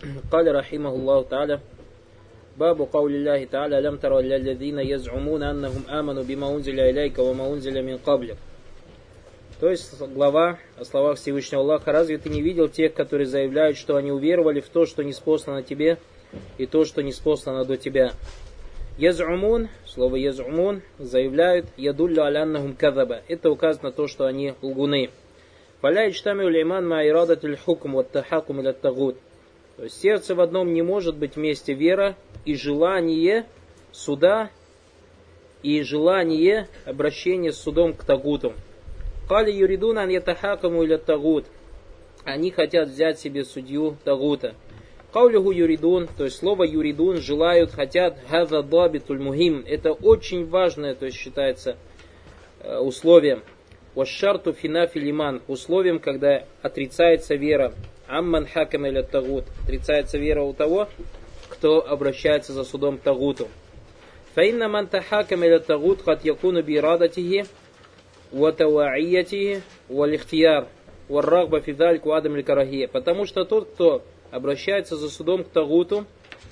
قال رحمه الله تعالى باب قول الله تعالى لم تر الذين يزعمون أنهم آمنوا بما أنزل إليك وما أنزل من قبلك. То есть глава о словах Всевышнего Аллаха: разве ты не видел тех, которые заявляют, что они уверовали в то, что ниспослано тебе, и то, что ниспослано до тебя? Яз'умун, слово яз'умун, заявляют, ядуллю аляннахум казаба. Это указывает на то, что они лгуны. Фаля ичтамиу лиман ма ирадатиль хукм ват тахакум иля тагут. То есть сердце в одном не может быть вместе вера и желание суда, и желание обращения с судом к тагуту. Кали юридун ан ятахакаму иля тагут. Они хотят взять себе судью тагута. Каулюху юридун, то есть слово юридун, желают, хотят, хаза дабитуль мухим. Это очень важное, то есть считается условием. Вашшарту финафи лиман, условием, когда отрицается вера. Амман хакам иля тагут, отрицается вера у того, кто обращается за судом к тагуту. Фаинна ман тахакам иля тагут хат якуну би ирадатихи ва таваиятихи вал ихтияр вал рагба фи залик ва адам ль карахия. Потому что тот, кто обращается за судом к тагуту,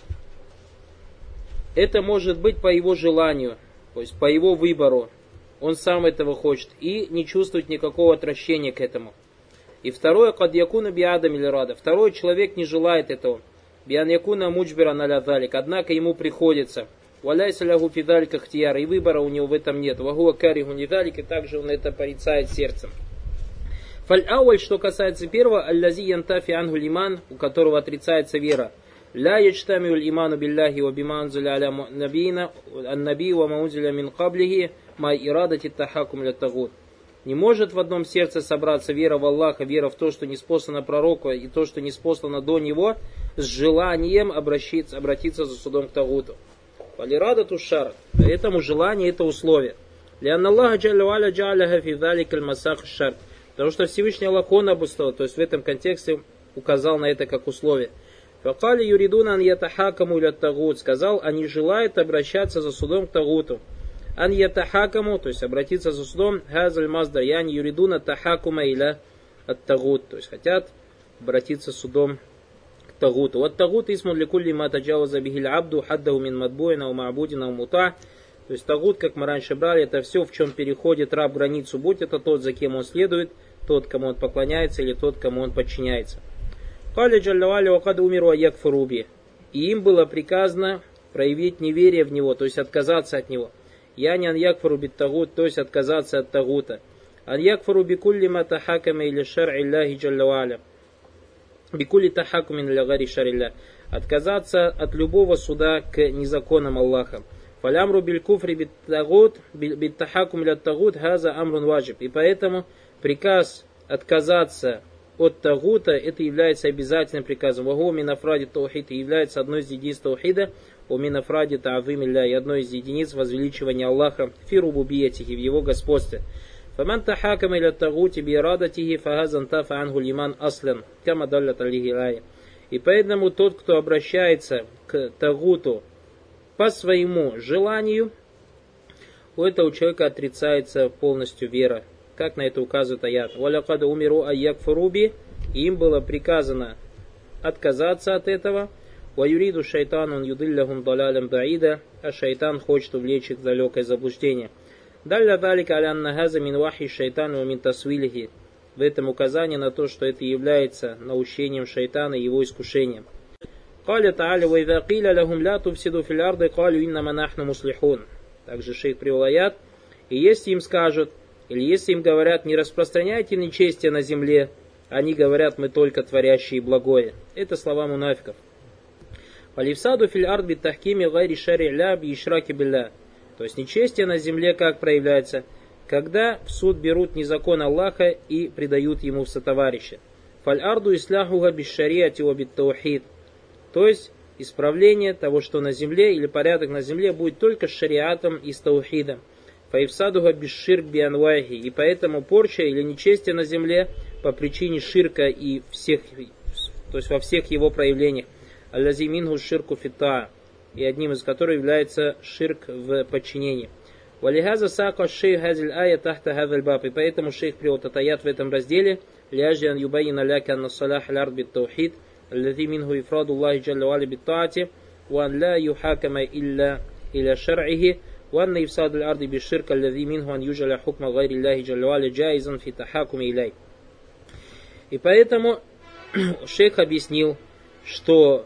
это может быть по его желанию, то есть по его выбору. Он сам этого хочет и не чувствует никакого отвращения к этому. И второе, кад якуна би адам или рада. Второй человек не желает этого. Биан якуна муджбиран аля залик. Однако ему приходится. Валяйса лягу фидалик ахтияр. И выбора у него в этом нет. Вагуа кариху нидалик. И также он это порицает сердцем. Фаль-ауаль, что касается первого, аллази янтафи ангу лиман, у которого отрицается вера. Ля ячтамиу лиману билляхи ва биманзуля аля набийна, аннаби ва маунзуля мин каблихи, май ирадати тахакум ля тагут. Не может в одном сердце собраться вера в Аллаха, вера в то, что ниспослано пророку, и то, что ниспослано до него, с желанием обратиться за судом к тагуту. Фалирадату шар. Поэтому желание — это условие. Лианна Аллаха джалля ва аля джа'аляха фи залика аль-масах шар. Потому что Всевышний Аллах он обусловил, то есть в этом контексте указал на это как условие. Факали юридуна ан ятахакаму иля тагут. Сказал, они желают обращаться за судом к тагуту. Ан ятахакаму, то есть обратиться за судом, хазаль маздар, яни юридуна тахакума иля ат тагут. То есть хотят обратиться судом к тагуту. Вот тагут исму для кулли ма таджаваза бихиль абду хаддаху мин мадбуина у маабудина у мута. То есть тагут, как мы раньше брали, это все, в чем переходит раб границу, будь это тот, за кем он следует, тот, кому он поклоняется, или тот, кому он подчиняется. И им было приказано проявить неверие в него, то есть отказаться от него. Яни ан якфару бит тагут, то есть отказаться от тагута. Ан якфару бикулли ма тахакама или шар Аллахи джалла ва аля. Бикулли тахакумин ля гари шар Аллах. Отказаться от любого суда к незаконам Аллаха. Фалямру биль куфри бит тагут, бит тахакум ля тагут, хаза амрун ваджиб. И поэтому приказ отказаться от тагута, это является обязательным приказом. Вагу минафради таухид, является одной из единиц таухида, у минафради та'авим илля, и одной из единиц возвеличивания Аллаха фирубу биятихи, в его господстве. Фаман тахакам иля тагути бирадатихи фагазан тафа ангу лиман аслен, кама даллят алихи лая. И поэтому тот, кто обращается к тагуту по своему желанию, у этого человека отрицается полностью вера. Как на это указывает аят. Валякад умиру айякфуруби. Им было приказано отказаться от этого. Ваюриду шайтану юдиллахум далялям баида. А шайтан хочет увлечь их в далекое заблуждение. Далля далика алянна газа мин вахи шайтану мин тасвилихи. В этом указание на то, что это является наущением шайтана и его искушением. Каля та'аля ва идha киля лахум ля туфсиду фил арды калю иннама нахну муслихун. Также шейх привел аят. И если им скажут, или если им говорят, не распространяйте нечестие на земле, они говорят, мы только творящие благое. Это слова мунафиков. Фалифсаду фил ард бит тахкими гайри шари ля би ишраки билля. То есть нечестие на земле как проявляется? Когда в суд берут незакон Аллаха и предают ему в сотоварища. Фаль арду исляхуга биш шариати ва бит таухид. То есть исправление того, что на земле, или порядок на земле будет только с шариатом и с таухидом. Фаифсадуга бишширк бианвайхи. И поэтому порча или нечестие на земле по причине ширка и всех, то есть во всех его проявлениях. Аллази мингу ширку фита. И одним из которых является ширк в подчинении. Валихаза сака шейх хазиль ая тахта хазаль баб. И поэтому шейх привел этот аят в этом разделе. Ляжиан юбайин аляка на салах лярд бит таухид. الذي منه إفراد الله جل وعلا بالطاعة وأن لا يحاكم إلا إلى شرعه وأن إفساد الأرض بالشرك الذي منه أن يجعل حكم غير الله جل وعلا جائزا في تحاكم إليه. И поэтому шейх объяснил, что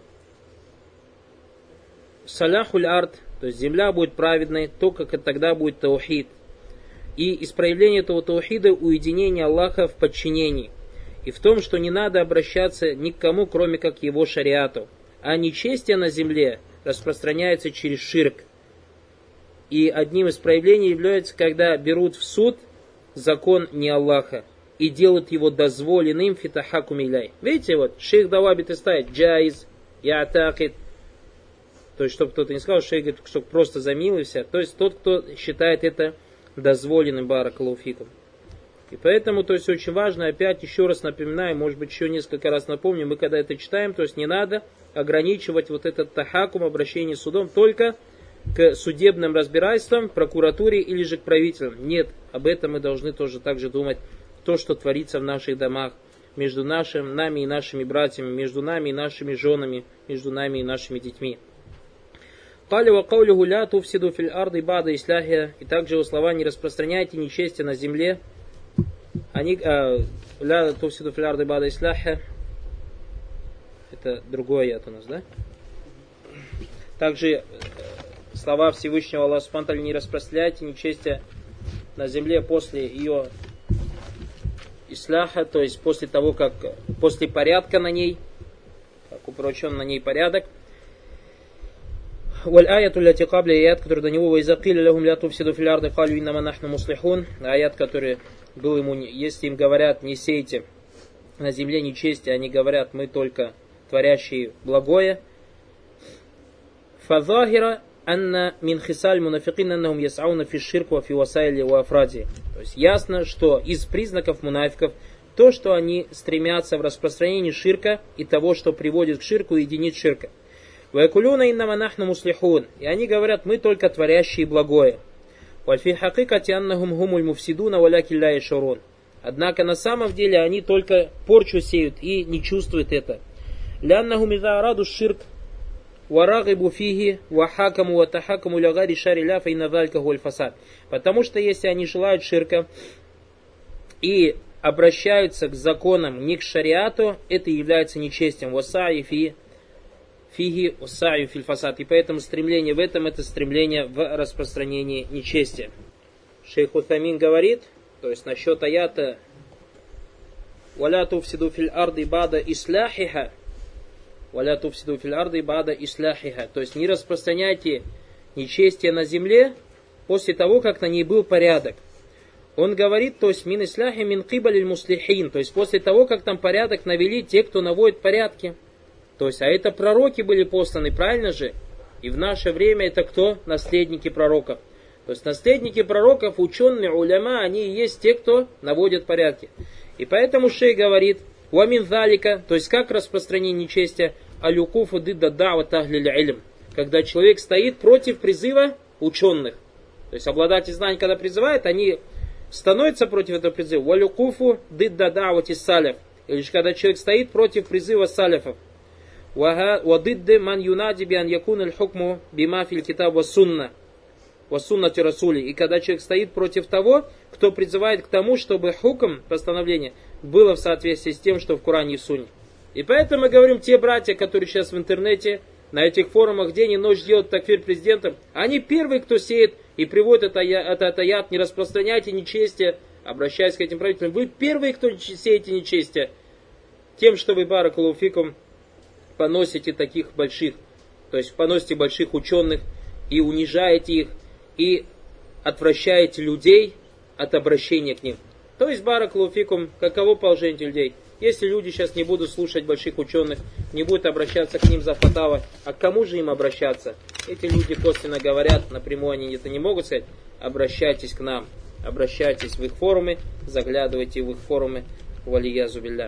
саляхуль ард, то есть земля будет праведной, только тогда будет таухид. И исправление этого таухида уединение Аллаха в подчинении. И в том, что не надо обращаться ни к кому, кроме как его шариату. А нечестие на земле распространяется через ширк. И одним из проявлений является, когда берут в суд закон не Аллаха и делают его дозволенным фитахаку миляй. Видите, вот шейх Давабит и ставит джайз, ятакид. То есть, чтобы кто-то не сказал, шейх говорит, чтобы просто замилился. То есть, тот, кто считает это дозволенным, баракаллаху фикум. И поэтому, то есть, очень важно, опять еще раз напоминаю, может быть, еще несколько раз напомню, мы когда это читаем, то есть, не надо ограничивать вот этот тахакум, обращение с судом, только к судебным разбирательствам, прокуратуре или же к правителям. Нет, об этом мы должны тоже также думать, то, что творится в наших домах, между нами и нашими братьями, между нами и нашими женами, между нами и нашими детьми. И также его слова: не распространяйте нечестие на земле. Это другой аят у нас, да? Также слова Всевышнего Аллаха Субхану ва Тааля: не распространяйте нечестие на земле после ее исляха, то есть после того, как после порядка на ней, как упрочен на ней порядок. Валь-аяту ляти кабля, аят, который до него: «Вайзакили лахум ля туфсиду фил арди, калю иннама нахну муслихун». Аят, который был ему, если им говорят: не сейте на земле нечестие, они говорят: мы только творящие благое. Фазахира анна мин хисаль мунафикин аннахум ясауна фи ширк ва фи васайли ва афради. То есть ясно, что из признаков мунафиков то, что они стремятся в распространении ширка и того, что приводит к ширку, единить ширка. Ваякулюна иннама нахну муслихун. И они говорят: мы только творящие благое. Вальфи хакикати аннахум гумуль муфсидуна валяки ля яшурун. Однако на самом деле они только порчу сеют и не чувствуют это. Ляннахум иза араду ширк варагибу фиги вахакаму ватахакаму лягари шари ля файна залька гуль фасад. Потому что если они желают ширка и обращаются к законам, не к шариату, это является нечестием. Васаи фиги усаю филь фасад. И поэтому стремление в этом — это стремление в распространении нечестия. Шейх Утамин говорит, то есть насчет аята: «Валя туфсиду филь арды бада исляхиха». «Валя туфсиду филь арды бада исляхиха». То есть не распространяйте нечестие на земле после того, как на ней был порядок. Он говорит, то есть мин исляхи мин кибалиль муслихин. То есть после того, как там порядок навели те, кто наводит порядки. То есть, а это пророки были посланы, правильно же? И в наше время это кто? Наследники пророков. То есть наследники пророков, ученые, уляма, они и есть те, кто наводят порядки. И поэтому шейх говорит: «Уамин залика», то есть как распространение нечестия, алюкуфу дидда дава тахлиль илм, когда человек стоит против призыва ученых. То есть обладатель знаний, когда призывает, они становятся против этого призыва. Валюкуфу дидда давати саляф, или же когда человек стоит против призыва саляфов. Вадидды ман юнади биан якун аль-хукму бима фил китаб ва сунна ва суннати расули. И когда человек стоит против того, кто призывает к тому, чтобы хукм, постановление, было в соответствии с тем, что в Коране и в Сунне. И поэтому мы говорим, те братья, которые сейчас в интернете, на этих форумах день и ночь делают такфир президентам, они первые, кто сеет и приводит этот аят: не распространяйте нечестие, обращаясь к этим правителям. Вы первые, кто сеете нечестие, тем, что вы, баракаллаху фикум, поносите таких больших, то есть поносите больших ученых и унижаете их, и отвращаете людей от обращения к ним. То есть, баракаллаху фикум, каково положение этих людей? Если люди сейчас не будут слушать больших ученых, не будут обращаться к ним за фатава, а к кому же им обращаться? Эти люди косвенно говорят, напрямую они это не могут сказать: обращайтесь к нам, обращайтесь в их форумы, заглядывайте в их форумы, валиязу билля.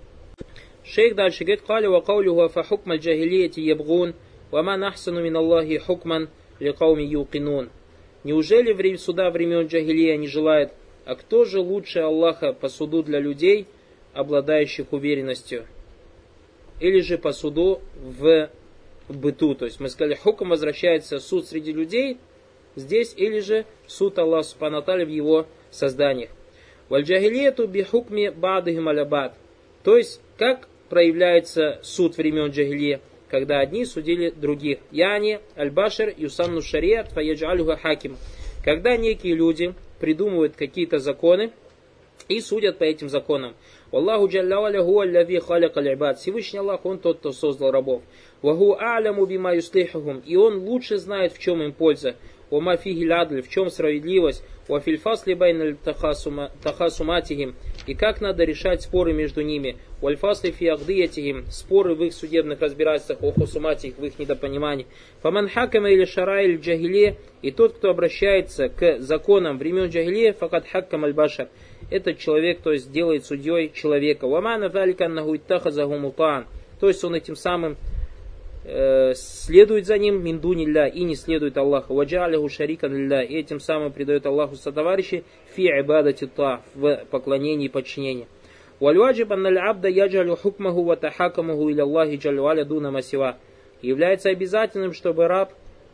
Шейх дальше говорит: «Кали ва каулюха фа хукма джахилияти ябгун, ва ма нахсану мин Аллахи хукман ли кауми юкинун». Неужели суда времен джахилия не желает? А кто же лучше Аллаха по суду для людей, обладающих уверенностью? или же по суду в быту. То есть мы сказали, хукм возвращается суд среди людей здесь, или же суд Аллаха Субхану ва Тааля в его созданиях. Валь-джахилияту би-хукми ба'дихим аля-ба'д. То есть, как проявляется суд времен джахилия, когда одни судили других. Яни аль-башар юсамну шариат фаяджалюха хаким. Когда некие люди придумывают какие-то законы и судят по этим законам. Аллаху джалля ва ля хуа аллази халака аль-ибад. Всевышний Аллах, он тот, кто создал рабов. Ва ху а'ляму бима юслихухум. И он лучше знает, в чем им польза. Ва ма фихи ладль, в чем справедливость. Ва филь фасли байна тахасуматихим. И как надо решать споры между ними. Валь фасли фи агдиятихим. Споры в их судебных разбирательствах. Ва хусуматих, в их недопонимании. Фаман хакама или шара или джахиле. И тот, кто обращается к законам времен джахиле, факат хаккам аль-башар. Этот человек, то есть, делает судьей человека. Вамана залика аннаху иттахазаху мутаан. То есть он этим самым следует за ним миндунилля и не следует Аллаху. Ваджаляху шарикан лилля. И этим самым предает Аллаху сотоварищи фи ибадати та, в поклонении и подчинении. Вальваджиб анналь абда яджалю хукмаху ва тахакамаху иля Аллахи джалваля дуна масива. Является обязательным, чтобы раб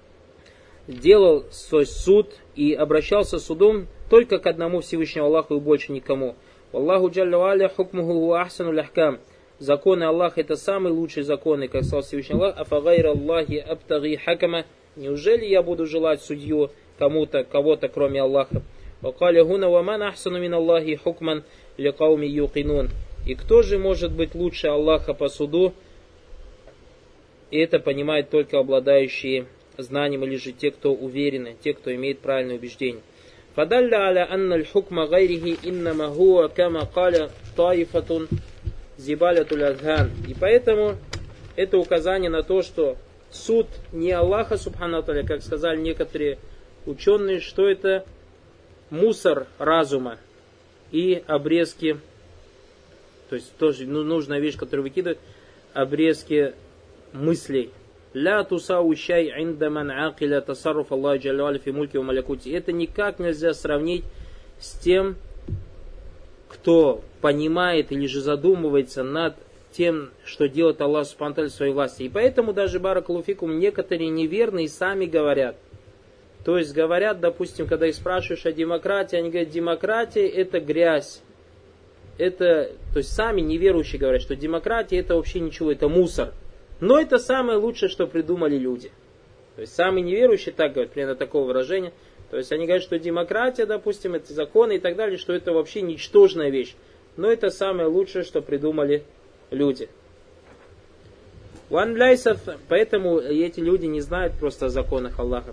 делал свой суд и обращался судом только к одному Всевышнему Аллаху и больше никому. Аллаху джалваля хукмаху ва ахсану ляхкам. Законы Аллаха это самые лучшие законы, как сказал Всевышний Аллах. Афагайра Аллахи абтаги хакама. Неужели я буду желать судью кого-то кроме Аллаха? Вакаля гуна ваман ахсану мин Аллахи хукман ликауми юкинун. И кто же может быть лучше Аллаха по суду? И это понимают только обладающие знанием, или же те, кто уверены, те, кто имеет правильное убеждение. Фадалля аля анна аль-хукма гайрихи иннама хуа кама каля таифатун зибалятуль азхан. И поэтому это указание на то, что суд не Аллаха Субхану ва Тааля, как сказали некоторые ученые, что это мусор разума и обрезки, то есть тоже нужная вещь, которую выкидывают, обрезки мыслей. Ля тусау щай инда ман акиля тасарруф Аллаху джалля ва аля фи мульки ва малякути. Это никак нельзя сравнить с тем, кто понимает или же задумывается над тем, что делает Аллах Субхану ва Тааля в своей власти. И поэтому даже баракаллаху фикум некоторые неверные сами говорят. То есть говорят, допустим, когда их спрашиваешь о демократии, они говорят, демократия это грязь. Это, то есть сами неверующие говорят, что демократия это вообще ничего, это мусор. Но это самое лучшее, что придумали люди. То есть самые неверующие так говорят, примерно такого выражения. То есть они говорят, что демократия, допустим, это законы и так далее, что это вообще ничтожная вещь. Но это самое лучшее, что придумали люди. Поэтому эти люди не знают просто о законах Аллаха.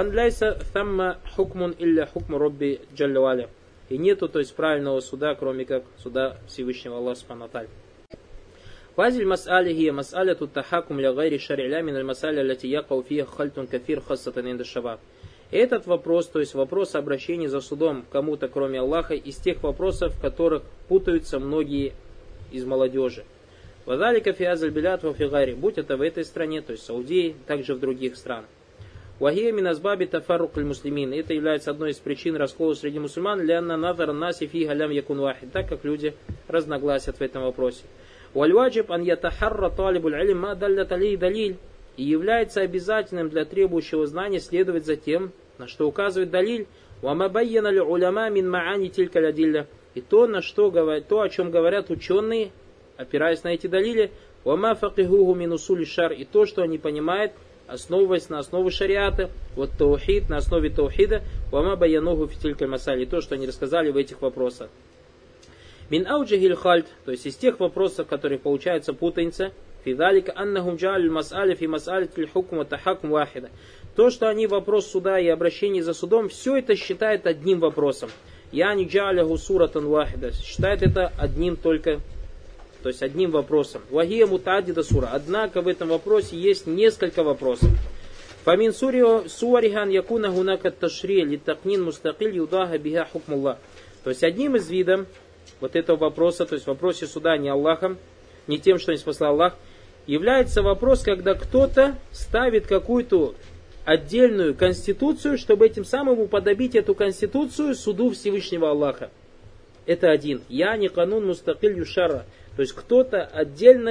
И нету, то есть, правильного суда, кроме как суда Всевышнего Аллаха Субхану ва Тааля. Вазиль мас'али хия мас'аля тут тахакум ля гайри шари'ля мин аль-мас'аля лати якау фиха хальтун кафир хассатан инда шабаб. Этот вопрос, то есть вопрос обращения за судом кому-то кроме Аллаха, из тех вопросов, в которых путаются многие из молодежи. Вазалика фи азаль билят ва фи гайри. Будь это в этой стране, то есть Саудии, также в других странах. Вахия мин азбаби тафаррук аль-муслимин. Это является одной из причин раскола среди мусульман, лянна назар наси фи галям якун вахид, так как люди разногласят в этом вопросе. Валь-ваджиб ан ятахарра талибуль илм ма даллят алейхи далиль. И является обязательным для требующего знания следовать за тем, на что указывает далиль. Ва байяна лил уляма мин маани тилька адилля. И то, о чем говорят ученые, опираясь на эти далили. Ва ма факихуху мин усули шар. И то, что они понимают, основываясь на основе шариата, вот таухид, на основе таухида. Ва ма байянуху фи тилька масали. И то, что они рассказали в этих вопросах. Мин ауджихиль хальт, то есть из тех вопросов, которые получается путаница, фидалика аннахум джа'аль мас'аля фи мас'алятиль хукм ва тахакум вахида. То, что они вопрос суда и обращение за судом, все это считают одним вопросом. Яни джа'аляху суратан вахида. Считают это одним только, то есть одним вопросом. Вахия мутадида сура. Однако в этом вопросе есть несколько вопросов. Фамин суарихан якуна гунака ташри литакнин мустакиль юдаха биха хукмуллах. То есть одним из видов вот этого вопроса, то есть в вопросе суда не Аллахом, не тем, что не спасал Аллах, является вопрос, когда кто-то ставит какую-то отдельную конституцию, чтобы этим самым уподобить эту конституцию суду Всевышнего Аллаха. Это один. Я не канун мустакиль юшара. То есть кто-то отдельно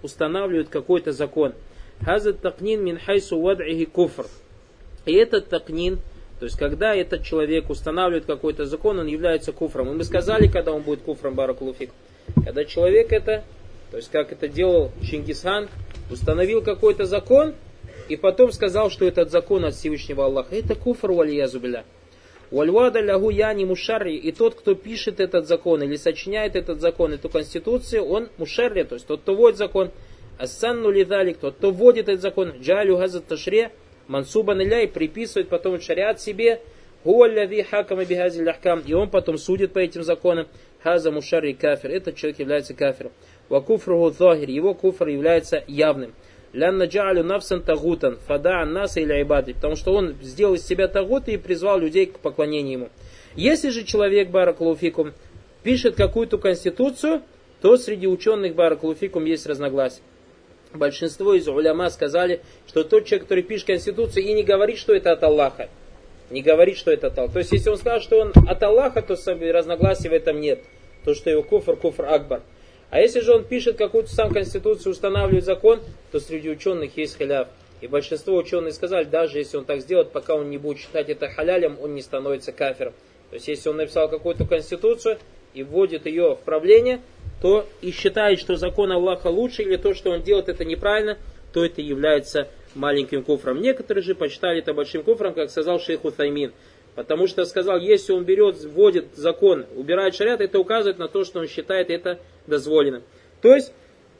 устанавливает какой-то закон. Хазат такнин мин хайсу вад'ихи куфр. И этот такнин, то есть когда этот человек устанавливает какой-то закон, он является куфром. И мы сказали, когда он будет куфром, баракаллаху фик, когда человек это, то есть как это делал Чингисхан, установил какой-то закон, и потом сказал, что этот закон от Всевышнего Аллаха. Это куфр валиязу билля. Вальвада лягу яни мушарри, и тот, кто пишет этот закон или сочиняет этот закон, эту конституцию, он мушарри, то есть тот, кто вводит закон, ассанну лидалик, тот, кто вводит этот закон, джалю газат ташре, мансубан иляй, приписывает потом шариат себе, гуалляви хакама бихази ляхкам, и он потом судит по этим законам, хаза мушарри кафир, этот человек является кафиром. Ва куфруху захир, его куфр является явным. Лянна джаалю навсан тагутан, фада аннаса или ибады, потому что он сделал из себя тагута и призвал людей к поклонению ему. Если же человек, баракаллаху фикум, пишет какую-то конституцию, то среди ученых, баракаллаху фикум, есть разногласия. Большинство из уляма сказали, что тот человек, который пишет конституцию и не говорит, что это от Аллаха, не говорит, что это от Аллаха. То есть, если он скажет, что он от Аллаха, то разногласий в этом нет. То, что его куфр акбар. А если же он пишет какую-то сам конституцию, устанавливает закон, то среди ученых есть халяв. И большинство ученых сказали, даже если он так сделает, пока он не будет считать это халялем, он не становится кафиром. То есть, если он написал какую-то конституцию и вводит ее в правление, то и считает, что закон Аллаха лучше, или то, что он делает, это неправильно, то это является маленьким куфром. Некоторые же почитали это большим куфром, как сказал шейх Утаймин. Потому что сказал, если он берет, вводит закон, убирает шариат, это указывает на то, что он считает это дозволенным. То есть,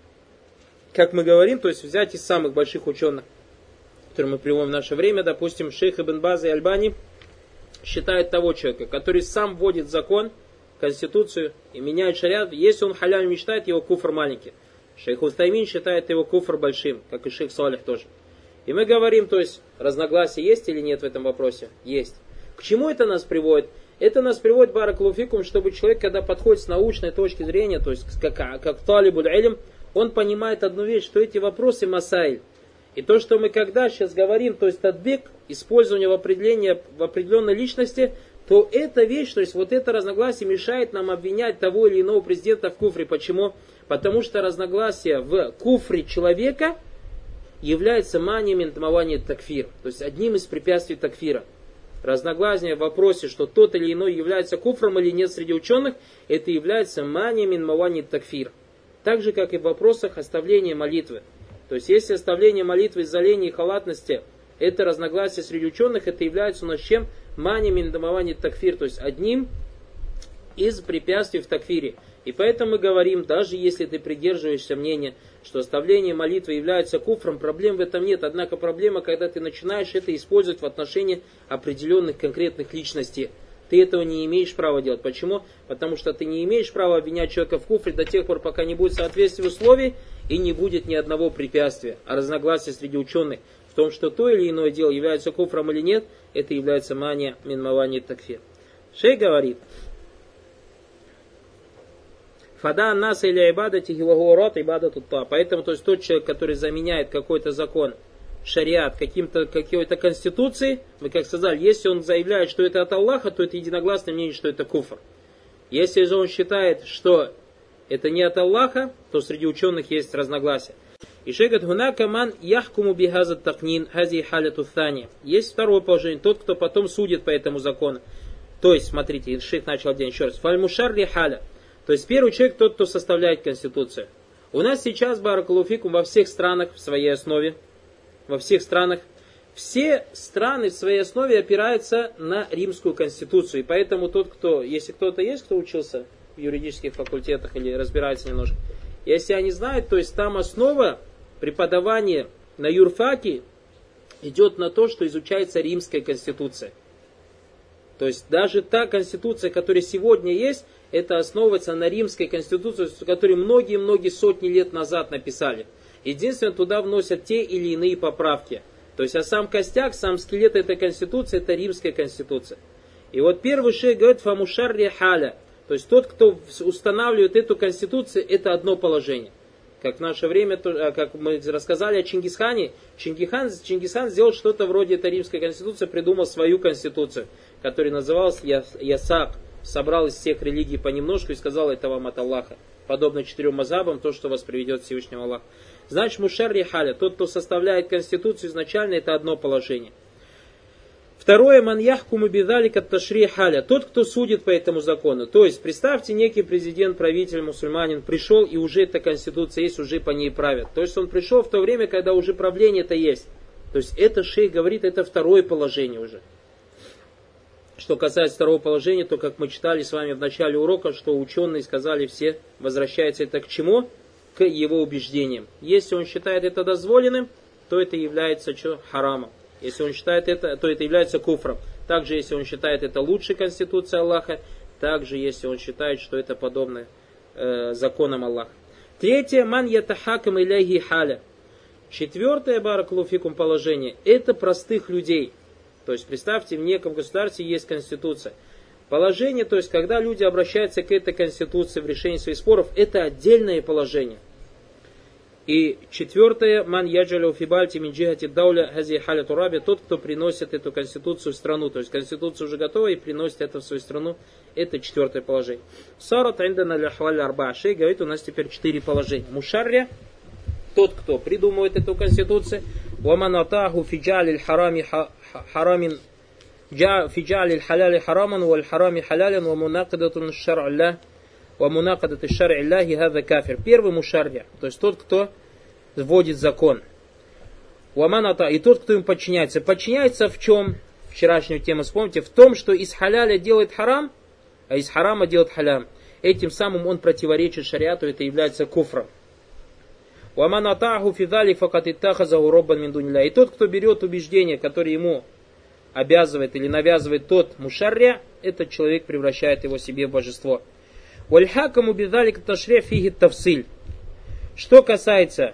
как мы говорим, то есть взять из самых больших ученых, которые мы приводим в наше время, допустим, шейх Ибн Баз и Альбани считают того человека, который сам вводит закон, конституцию и меняет шариат, если он халяль не считает, его куфр маленький. Шейх Утаймин считает его куфр большим, как и шейх Салих тоже. И мы говорим, то есть разногласия есть или нет в этом вопросе? Есть. К чему это нас приводит? Это нас приводит, баракаллаху фикум, чтобы человек, когда подходит с научной точки зрения, то есть как талибуль илм, он понимает одну вещь, что эти вопросы масайль. И то, что мы когда сейчас говорим, то есть татбик, использование в определенной личности, то эта вещь, то есть вот это разногласие мешает нам обвинять того или иного президента в куфре. Почему? Потому что разногласие в куфре человека является манием мавани такфир, то есть одним из препятствий такфира. Разногласие в вопросе, что тот или иной является куфром или нет среди ученых, это является манием мавани такфир. Так же, как и в вопросах оставления молитвы. То есть, если оставление молитвы из-за лени и халатности, это разногласие среди ученых, это является у нас чем? Манием мавани такфир, то есть одним из препятствий в такфире. И поэтому мы говорим, даже если ты придерживаешься мнения, что оставление молитвы является куфром, проблем в этом нет. Однако проблема, когда ты начинаешь это использовать в отношении определенных конкретных личностей. Ты этого не имеешь права делать. Почему? Потому что ты не имеешь права обвинять человека в куфре до тех пор, пока не будет соответствия условий и не будет ни одного препятствия. А разногласия среди ученых в том, что то или иное дело является куфром или нет, это является мания мин мавани такфир. Шейх говорит, фада наса или айбадати гивагуарат айбада тутта. Поэтому, то есть тот человек, который заменяет какой-то закон, шариат, какой-то конституцией, мы как сказали, если он заявляет, что это от Аллаха, то это единогласное мнение, что это куфр. Если же он считает, что это не от Аллаха, то среди ученых есть разногласия. И шейх говорит, хунака ман яхкуму бихазат такнин хази халяту thani. Есть второе положение, тот, кто потом судит по этому закону. То есть, смотрите, шейх начал один еще раз. Фальмушарри халя. То есть первый человек тот, кто составляет конституцию. У нас сейчас, баракаллаху фикум, во всех странах в своей основе, во всех странах, все страны в своей основе опираются на римскую конституцию. И поэтому тот, кто, если кто-то есть, кто учился в юридических факультетах или разбирается немножко, если они знают, то есть там основа преподавания на юрфаке идет на то, что изучается римская конституция. То есть даже та конституция, которая сегодня есть, это основывается на римской конституции, которую многие-многие сотни лет назад написали. Единственное, туда вносят те или иные поправки. То есть, а сам костяк, сам скелет этой конституции, это римская конституция. И вот первый шейх говорит, фамушарри халя. То есть, тот, кто устанавливает эту конституцию, это одно положение. Как в наше время, как мы рассказали о Чингисхане, Чингисхан сделал что-то вроде этой римской конституции, придумал свою конституцию, которая называлась Ясак. Собрал из всех религий понемножку и сказал, это вам от Аллаха. подобно 4 мазхабам, то, что вас приведет к Всевышнему Аллаху. Значит, мушарри халя, тот, кто составляет конституцию изначально, это одно положение. Второе, ман яхкуму бидалика ташри халя, тот, кто судит по этому закону. То есть, представьте, некий президент, правитель, мусульманин пришел, и уже эта конституция есть, уже по ней правят. То есть, он пришел в то время, когда уже правление-то есть. То есть, это шейх говорит, это второе положение уже. Что касается второго положения, то, как мы читали с вами в начале урока, что ученые сказали все, возвращается это к чему? К его убеждениям. Если он считает это дозволенным, то это является харамом. Если он считает это, то это является куфром. Также, если он считает это лучшей конституцией Аллаха, также, если он считает, что это подобно законам Аллаха. Третье, ман ятахакам иляхи халя. Четвертое, баракалуфикум, положение, это простых людей. То есть, представьте, в неком государстве есть конституция. Положение, то есть, когда люди обращаются к этой конституции в решении своих споров, это отдельное положение. И четвертое, ман яджалю фибальти мин джихати дауля хази халя тураби, тот, кто приносит эту конституцию в страну, то есть конституция уже готова и приносит это в свою страну, это четвертое положение. Сарат индана ляхваль арба шей, говорит, у нас теперь 4 положения. Мушарря, тот, кто придумывает эту конституцию, ваман атаху фиджалиль харами харамин, фиджалиль халяли хараман, валь харами халялян, вамунакадатун шар'аллах, вамунакадат шар'и Аллахи хаза кафир. Первый мушарря, то есть тот, кто вводит закон. Ваманата, и тот, кто им подчиняется. Подчиняется в чем? Вчерашнюю тему вспомните. В том, что из халяля делает харам, а из харама делает халям. Этим самым он противоречит шариату, это является куфром. Ваманатаху фидали факатиттахазаху роббан мин дунилля. И тот, кто берет убеждение, которое ему обязывает или навязывает тот мушарря, этот человек превращает его себе в божество. Вальхакаму бидалик ташре фиги тавсиль. Что касается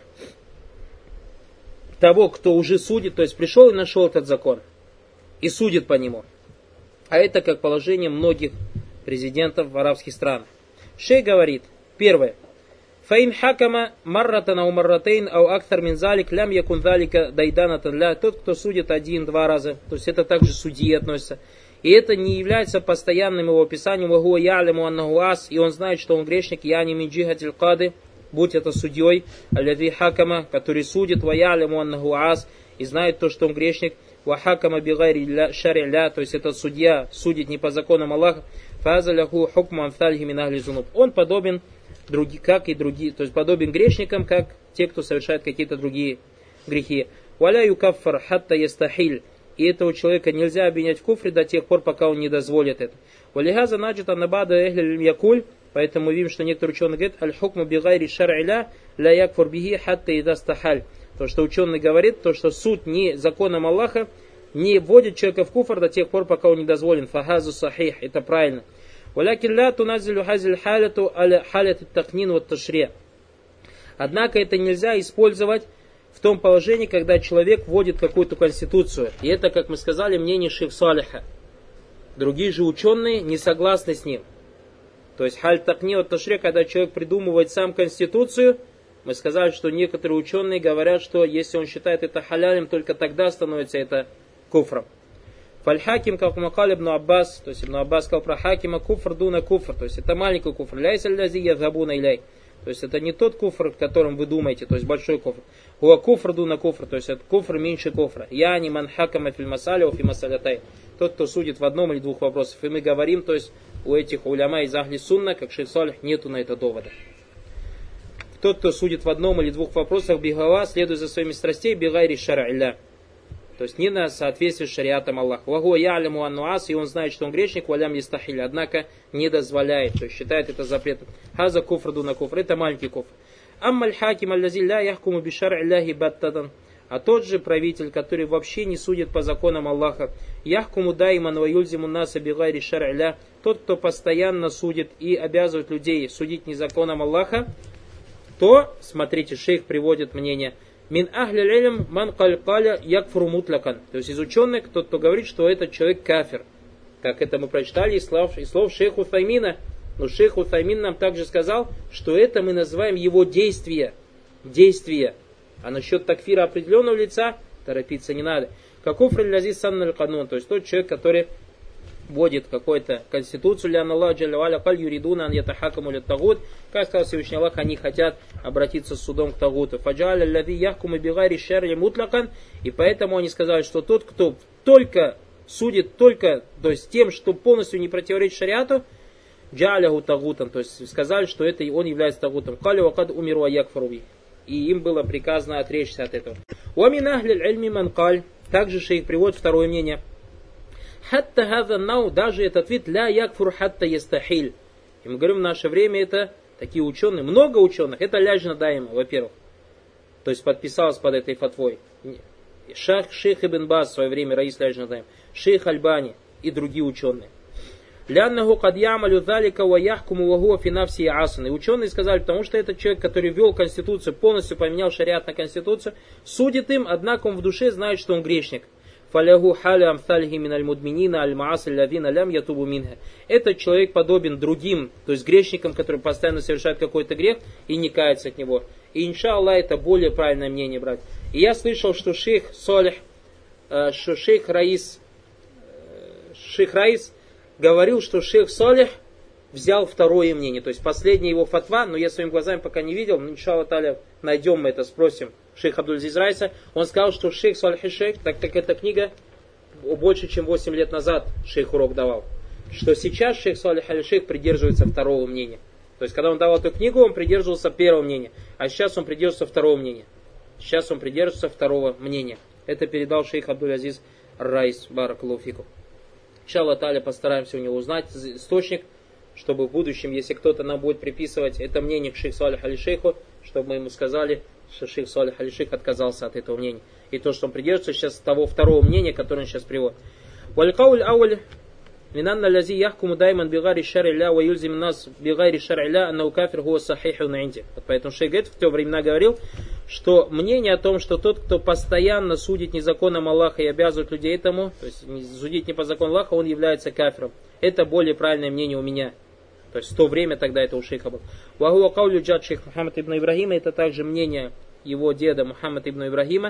того, кто уже судит, то есть пришел и нашел этот закон, и судит по нему. А это как положение многих президентов в арабских странах. Шейх говорит, первое. Фаин хакама марратан ау марратейн ау актар мин залик лям якун залика дайданатан ля. Тот, кто судит 1-2 раза, то есть это также судьи относится. И это не является постоянным его описанием. Вагуа ялему аннаху ас, и он знает, что он грешник. Яни мин джихатиль кады, будь это судьей, аллади хакама, который судит, ва ялему аннаху ас, и знает то, что он грешник. Ва хакама бигайри шари ля, то есть этот судья судит не по законам Аллаха. Фаза ляху хукму амфальхи мин ахли зунуб. Он подобен как и другие, то есть подобен грешникам, как те, кто совершает какие-то другие грехи. Валя юкаффар хатта ястахиль. И этого человека нельзя обвинять в куфре до тех пор, пока он не дозволит это. Валихаза наджита набада эхляль якуль. Поэтому видим, что некоторые ученые говорят, аль-хукму бигайри шар'иля ля якфур биги хатта идастахаль. То, что ученый говорит, то, что суд не законом Аллаха не вводит человека в куфр до тех пор, пока он не дозволен. Фахазу сахих. Это правильно. Валякин ля туназилю хазиль халяту аля халят тахнин вот ташре. Однако это нельзя использовать в том положении, когда человек вводит какую-то конституцию. И это, как мы сказали, мнение шейх Салиха. Другие же ученые не согласны с ним. То есть халь такни от ташре, когда человек придумывает сам конституцию, мы сказали, что некоторые ученые говорят, что если он считает это халялем, только тогда становится это куфром. Фаль-хаким, как макал ибн Аббас, то есть ибн Аббас сказал про хакима, куфр дуна куфр, то есть это маленький куфр. Ляйся лязи язабуна иляй. То есть это не тот куфр, в котором вы думаете, то есть большой куфр. Хуа куфр дуна куфр, то есть это куфр меньше куфра. Я не ман хакама филь масаля фи масалятай. Тот, кто судит в одном или двух вопросах. И мы говорим, то есть у этих уляма из ахли сунна, как шейх Салих, нету на это довода. Тот, кто судит в одном или двух вопросах, бигава, следует за своими страстей, бигайри шар'илля. То есть не на соответствии с шариатом Аллаха. Вагу ялиму аннуас, и он знает, что он грешник, валям ястахиль, однако не дозволяет, то есть считает это запретом. Хаза куфр дуна куфр, это маленький куфр. Аммаль хаким аллази ля яхкуму би шар'илляхи баттадан. А тот же правитель, который вообще не судит по законам Аллаха, яхкуму дайман ва юльзиму наса бигайри шар'илля, тот, кто постоянно судит и обязывает людей судить не законом Аллаха, то, смотрите, шейх приводит мнение, мин ахли илм ман калькаля якфру мутлакан. То есть из ученых тот, кто говорит, что этот человек кафир. Как это мы прочитали из слов шейха Утаймина. Но шейх Утаймин нам также сказал, что это мы называем его действие. Действие. А насчет такфира определенного лица торопиться не надо. Как уфр лязис санналь канун. То есть тот человек, который вводит какую-то конституцию, ля Аллах джалля ва'аля каль юридуна ан ятахакаму лят тагут, как сказал Всевышний Аллах, они хотят обратиться с судом к тагуту. Фаджа'аля аллази яхкуму бигайри шар'и мутлакан, и поэтому они сказали, что тот, кто только судит, только, то есть тем, что полностью не противоречит шариату, джа'аляху тагутан, то есть сказали, что это он является тагутом. Кали вакад умиру аякфаруби. И им было приказано отречься от этого. Уамин ахлиль ильми ман каль, также шейх приводит второе мнение. Хатта хаза нау, даже этот вид, ля якфур хатта ястахиль. И мы говорим, в наше время это такие ученые, много ученых, это ляжна даима, во-первых. То есть подписался под этой фатвой. Шейх Ибн Баз в свое время, раис ляжна даим, шейх Альбани и другие ученые. Ляннаху кад ямалю залика ва яхкуму ва хуа фи нафси асан. И ученые сказали, потому что этот человек, который ввел конституцию, полностью поменял шариат на конституцию, судит им, однако он в душе знает, что он грешник. Фалягу халя амсалихи миналь мудминина аль маасаль лавина лям ятубу минха. Этот человек подобен другим, то есть грешникам, которые постоянно совершают какой-то грех и не каются от него. И иншаллах это более правильное мнение, брать. И я слышал, что шейх Салих, что шейх Раис говорил, что шейх Салих взял второе мнение. То есть последняя его фатва, но я своими глазами пока не видел, но иншаллах та'аля найдем мы это, спросим шейх Абдуль-Азиз Райса. Он сказал, что шейх Салих шейх, так как эта книга больше чем 8 лет назад шейх урок давал, что сейчас шейх Салих шейх придерживается второго мнения. То есть когда он давал эту книгу, он придерживался первого мнения, а сейчас он придерживается второго мнения. Сейчас он придерживается второго мнения. Это передал шейх Абдуль-Азиз Райс, баракаллаху фикум. Иншаллах та'аля постараемся у него узнать источник, чтобы в будущем, если кто-то нам будет приписывать это мнение к шейху Салих аль-Шейху, чтобы мы ему сказали, что шейх Салих аль-Шейх отказался от этого мнения. И то, что он придерживается сейчас того второго мнения, которое он сейчас приводит. Валькауль ауль минанна лази яхкуму дайман бигари шар'иля ва юлзим нас бигари шар'иля аннау кафир хуа сахиху на инди. Поэтому шейх говорит, в те времена говорил, что мнение о том, что тот, кто постоянно судит незаконом Аллаха и обязывает людей этому, то есть судить не по закону Аллаха, он является кафиром. Это более правильное мнение у меня. То есть в то время тогда это у шейха было. Вахуа каулю джад шейх Мухаммад ибн Ибрахима, это также мнение его деда Мухаммад ибн Ибрахима.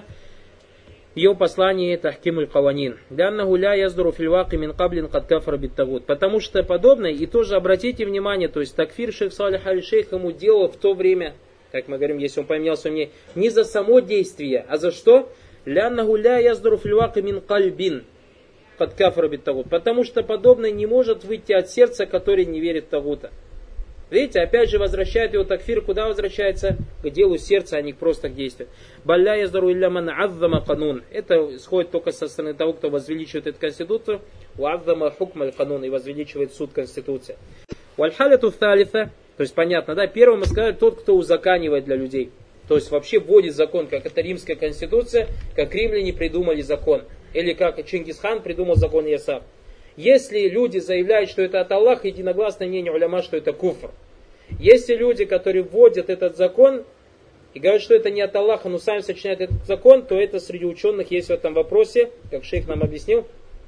Ее послание Тахкимуль Каванин. Ляннаху ля яздуру фил ваки мин каблин кад кафар бит тагут. Потому что подобное, и тоже обратите внимание, то есть такфир шейх Салих аль-Шейх ему делал в то время, как мы говорим, если он поменял свое мнение, не за само действие, а за что? Ляннаху ля яздуру фил ваки мин кальбин кад кафар бит тагут. Потому что подобное не может выйти от сердца, которое не верит в тагута. Видите, опять же возвращает его такфир, куда возвращается? К делу сердца, а не просто к действию. Балля яздару илля ман аззама канун. Это исходит только со стороны того, кто возвеличивает эту конституцию. Уаззама хукм аль-канун, и возвеличивает суд конституции. Вальхаляту талиса, то есть понятно, да? Первым мы сказали, тот, кто узаканивает для людей. То есть вообще вводит закон, как это римская конституция, как римляне придумали закон. Или как Чингисхан придумал закон Ясав. Если люди заявляют, что это от Аллаха, единогласное мнение уляма, что это куфр. Если люди, которые вводят этот закон и говорят, что это не от Аллаха, но сами сочиняют этот закон, то это среди ученых есть в этом вопросе, как шейх нам объяснил,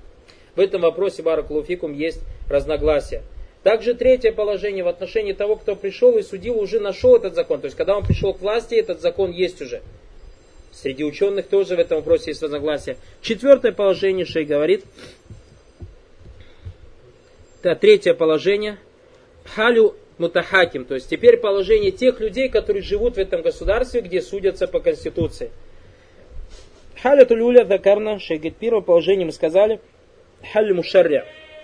в этом вопросе, баракаллаху фикум, есть разногласия. Также третье положение в отношении того, кто пришел и судил, уже нашел этот закон. То есть, когда он пришел к власти, этот закон есть уже. Среди ученых тоже в этом вопросе есть разногласия. Четвертое положение, шейх говорит, третье положение, халю мутахаким, то есть теперь положение тех людей, которые живут в этом государстве, где судятся по конституции. Халя тулюля закарна, шейх говорит, первое положение мы сказали, халь мушарря.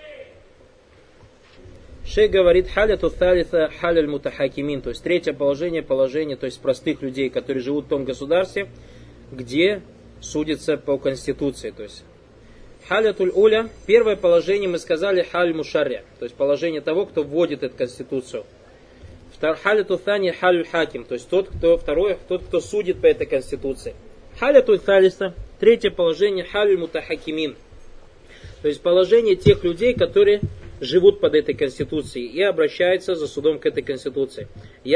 Шейх говорит, халя туталиса халяль мутахакимин, то есть третье положение, то есть простых людей, которые живут в том государстве, где судятся по конституции, то есть халятуль уля, первое положение мы сказали халь мушарря, то есть положение того, кто вводит эту конституцию. Халятуль thani халь хаким, то есть тот, кто судит по этой конституции. Халятуль талиса, третье положение халь мутахакимин, то есть положение тех людей, которые живут под этой конституцией и обращаются за судом к этой конституции.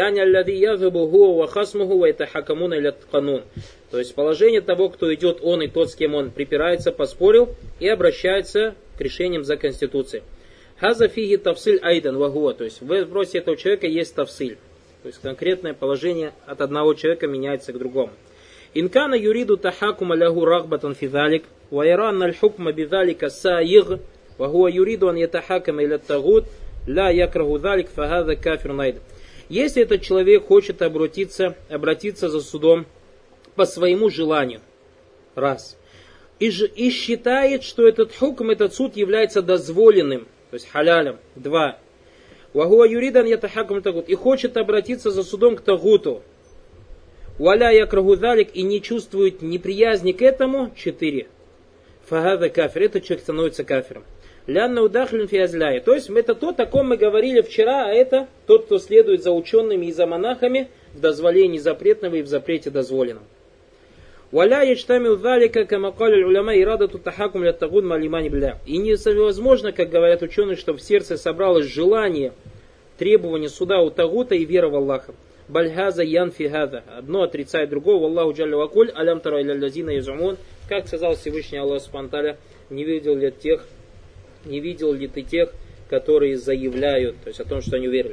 То есть положение того, кто идет он и тот, с кем он припирается, поспорил и обращается к решениям за конституцией. Хазафиги тавсиль айдан вагуа, то есть в вопросе этого человека есть тавсиль, то есть конкретное положение от одного человека меняется к другому. Инкана юриду тахакума лягу рахбатан фидалик, вайран аль хукма бидалика саиг, Вахуа юриду ан ятахакама иля тагут, ля якраху залик фагада кафир найд. Если этот человек хочет обратиться за судом по своему желанию, раз, и считает, что этот хукм, этот суд является дозволенным, то есть халялем, два, вахуа юридан ятахакам тагут, и хочет обратиться за судом к тагуту, валя якраху залик, и не чувствует неприязни к этому, четыре, фагада кафир, этот человек становится кафиром. Лянна удахлин фиазляй. То есть это то, о ком мы говорили вчера, а это тот, кто следует за учеными и за монахами в дозволении запретного и в запрете дозволенного. Валя ячтами удалика камакали уляма и радату тахакум ля тагуд малимани бля. И невозможно, как говорят ученые, чтобы в сердце собралось желание, требование суда у тагута и вера в Аллаха. Бальхаза ян фигаза. Одно отрицает другого. Аллаху джалля вакуль алям тара иля лазина язумун. Как сказал Всевышний Аллах субхану ва тааля, не видел ли ты тех, которые заявляют, то есть о том, что они уверены.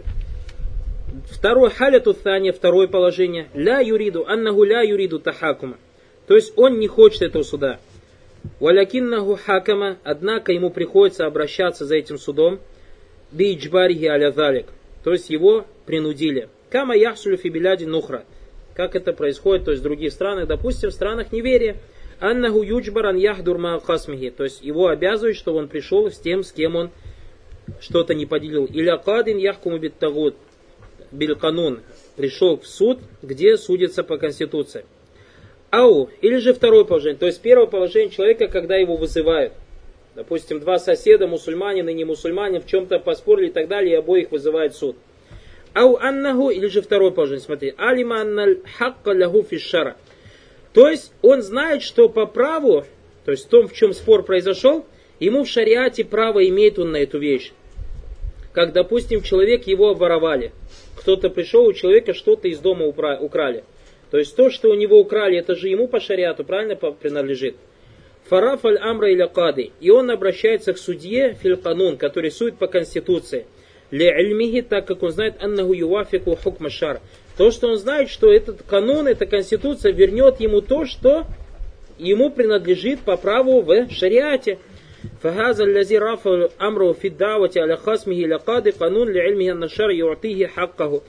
Второй халяту thания, второе положение. Ля юриду, аннаху ля юриду тахакума. То есть он не хочет этого суда. Валякиннаху хакама, однако ему приходится обращаться за этим судом. Би иджбарихи аля залик. То есть его принудили. Кама яхсулю фи биляди нухра. Как это происходит, то есть в других странах, допустим, в странах неверия. Аннаху юджбаран яхдур ма хасмихи. То есть его обязывают, чтобы он пришел с тем, с кем он что-то не поделил. Или акадин яхкуму биттагут бильканун. Пришел в суд, где судится по конституции. Ау, или же второе положение. То есть первое положение человека, когда его вызывают. Допустим, два соседа, мусульманин и не мусульманин, в чем-то поспорили и так далее, и обоих вызывает суд. Ау аннаху, или же второе положение. Смотри. Алима анналь хакка лаху фишара. То есть он знает, что по праву, то есть в том, в чем спор произошел, ему в шариате право имеет он на эту вещь. Как, допустим, человек его обворовали. Кто-то пришел, у человека что-то из дома украли. То есть то, что у него украли, это же ему по шариату, правильно принадлежит. Фараф аль-амра иля кады. И он обращается к судье фильканун, который судит по конституции. Ле-ильмихи, так как он знает, аннаху ювафику хукма шар. То, что он знает, что этот канун, эта конституция вернет ему то, что ему принадлежит по праву в шариате. فهذا الذي رفع أمره في الدعوة على خصمه لقاضي قانون لعلمه أن الشرع يعطيه حقه.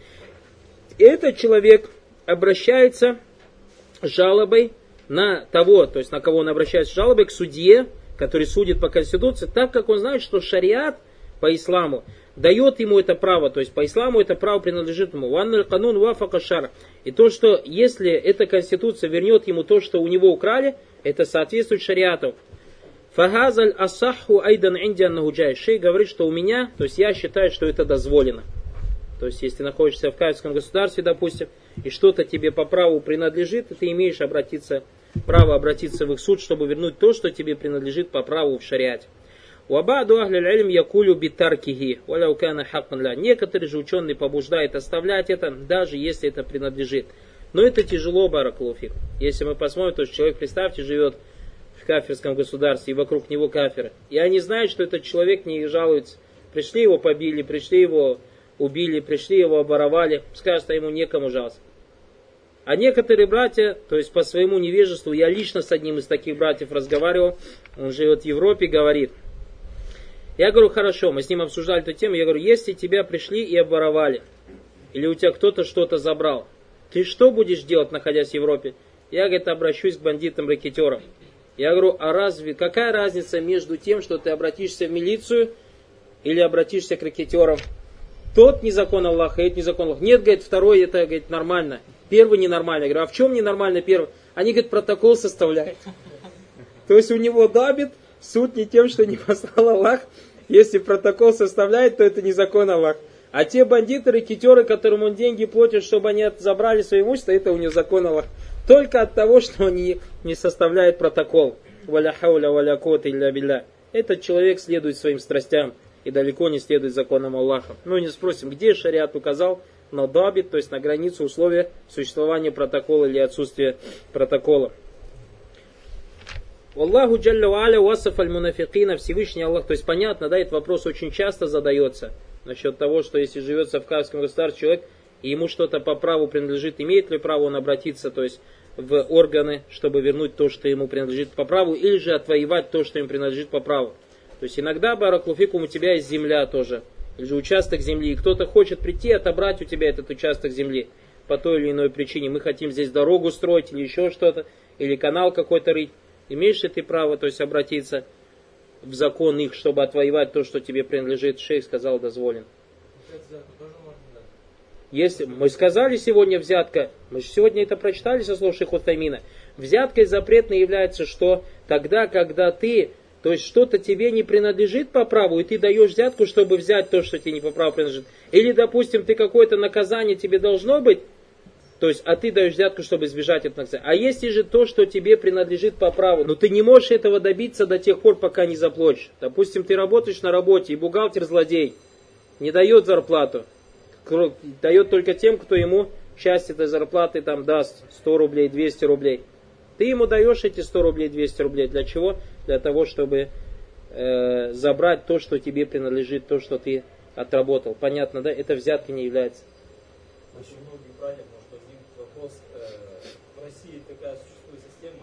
Этот человек обращается с жалобой на того, то есть на кого он обращается с жалобой, к судье, который судит по конституции, так как он знает, что шариат по исламу дает ему это право, то есть по исламу это право принадлежит ему. Ванналь канун вафака шар. И то, что если эта конституция вернет ему то, что у него украли, это соответствует шариату. Фагазаль асаху айдан индиан нахуджай. Шейх говорит, что у меня, то есть я считаю, что это дозволено. То есть если ты находишься в кафирском государстве, допустим, и что-то тебе по праву принадлежит, и ты имеешь право обратиться в их суд, чтобы вернуть то, что тебе принадлежит по праву в шариате. Некоторые же ученые побуждают оставлять это, даже если это принадлежит. Но это тяжело, баракалуфик. Если мы посмотрим, то человек, представьте, живет в кафирском государстве, и вокруг него кафиры. И они знают, что этот человек не жалуется. Пришли его побили, пришли его убили, пришли его оборовали. Скажут, а ему некому жаловаться. А некоторые братья, то есть по своему невежеству, я лично с одним из таких братьев разговаривал, он живет в Европе, говорит. Я говорю, хорошо, мы с ним обсуждали эту тему, я говорю, если тебя пришли и оборовали, или у тебя кто-то что-то забрал, ты что будешь делать, находясь в Европе? Я, говорит, обращусь к бандитам-ракетерам. Я говорю, а разве, какая разница между тем, что ты обратишься в милицию или обратишься к ракетерам? Тот не закон Аллаха, этот не закон Аллаха. Нет, говорит, второй, это, говорит, нормально. Первый ненормально. Я говорю, а в чем ненормально первый? Они, говорит, протокол составляют. То есть у него дабит суд не тем, что не послал Аллах. Если протокол составляет, то это не закон Аллах. А те бандиты, ракетеры, которым он деньги платит, чтобы они забрали свое имущество, это у него закон Аллах. Только от того, что он не составляет протокол. Валя хауля валя куата илля билля. Этот человек следует своим страстям и далеко не следует законам Аллаха. Ну, не спросим, где шариат указал на дабит, то есть на границу условия существования протокола или отсутствия протокола. Аллаху джалля ва аля васаф аль-мунафикина, Всевышний Аллах. То есть понятно, да, этот вопрос очень часто задается. Насчет того, что если живется в кафирском государстве человек, и ему что-то по праву принадлежит, имеет ли право он обратиться, то есть в органы, чтобы вернуть то, что ему принадлежит по праву, или же отвоевать то, что ему принадлежит по праву. То есть иногда, баракулуфикум, у тебя есть земля тоже, или же участок земли, и кто-то хочет прийти и отобрать у тебя этот участок земли по той или иной причине. Мы хотим здесь дорогу строить или еще что-то, или канал какой-то рыть. Имеешь ли ты право, то есть обратиться в закон их, чтобы отвоевать то, что тебе принадлежит? Шейх сказал, дозволен. Если мы сказали сегодня взятка, мы же сегодня это прочитали со слов Шейха Утаймина, взяткой запретной является что? Тогда, когда ты, то есть что-то тебе не принадлежит по праву, и ты даешь взятку, чтобы взять то, что тебе не по праву принадлежит. Или, допустим, ты какое-то наказание тебе должно быть, то есть, а ты даешь взятку, чтобы избежать этого наказания. А если же то, что тебе принадлежит по праву, но ты не можешь этого добиться до тех пор, пока не заплатишь. Допустим, ты работаешь на работе, и бухгалтер злодей, не дает зарплату, дает только тем, кто ему часть этой зарплаты там даст, 100 рублей, 200 рублей. Ты ему даешь эти 100 рублей, 200 рублей. Для чего? Для того, чтобы забрать то, что тебе принадлежит, то, что ты отработал. Понятно, да? Это взятка не является. Очень многие братья, может возникнуть вопрос. В России такая существует система,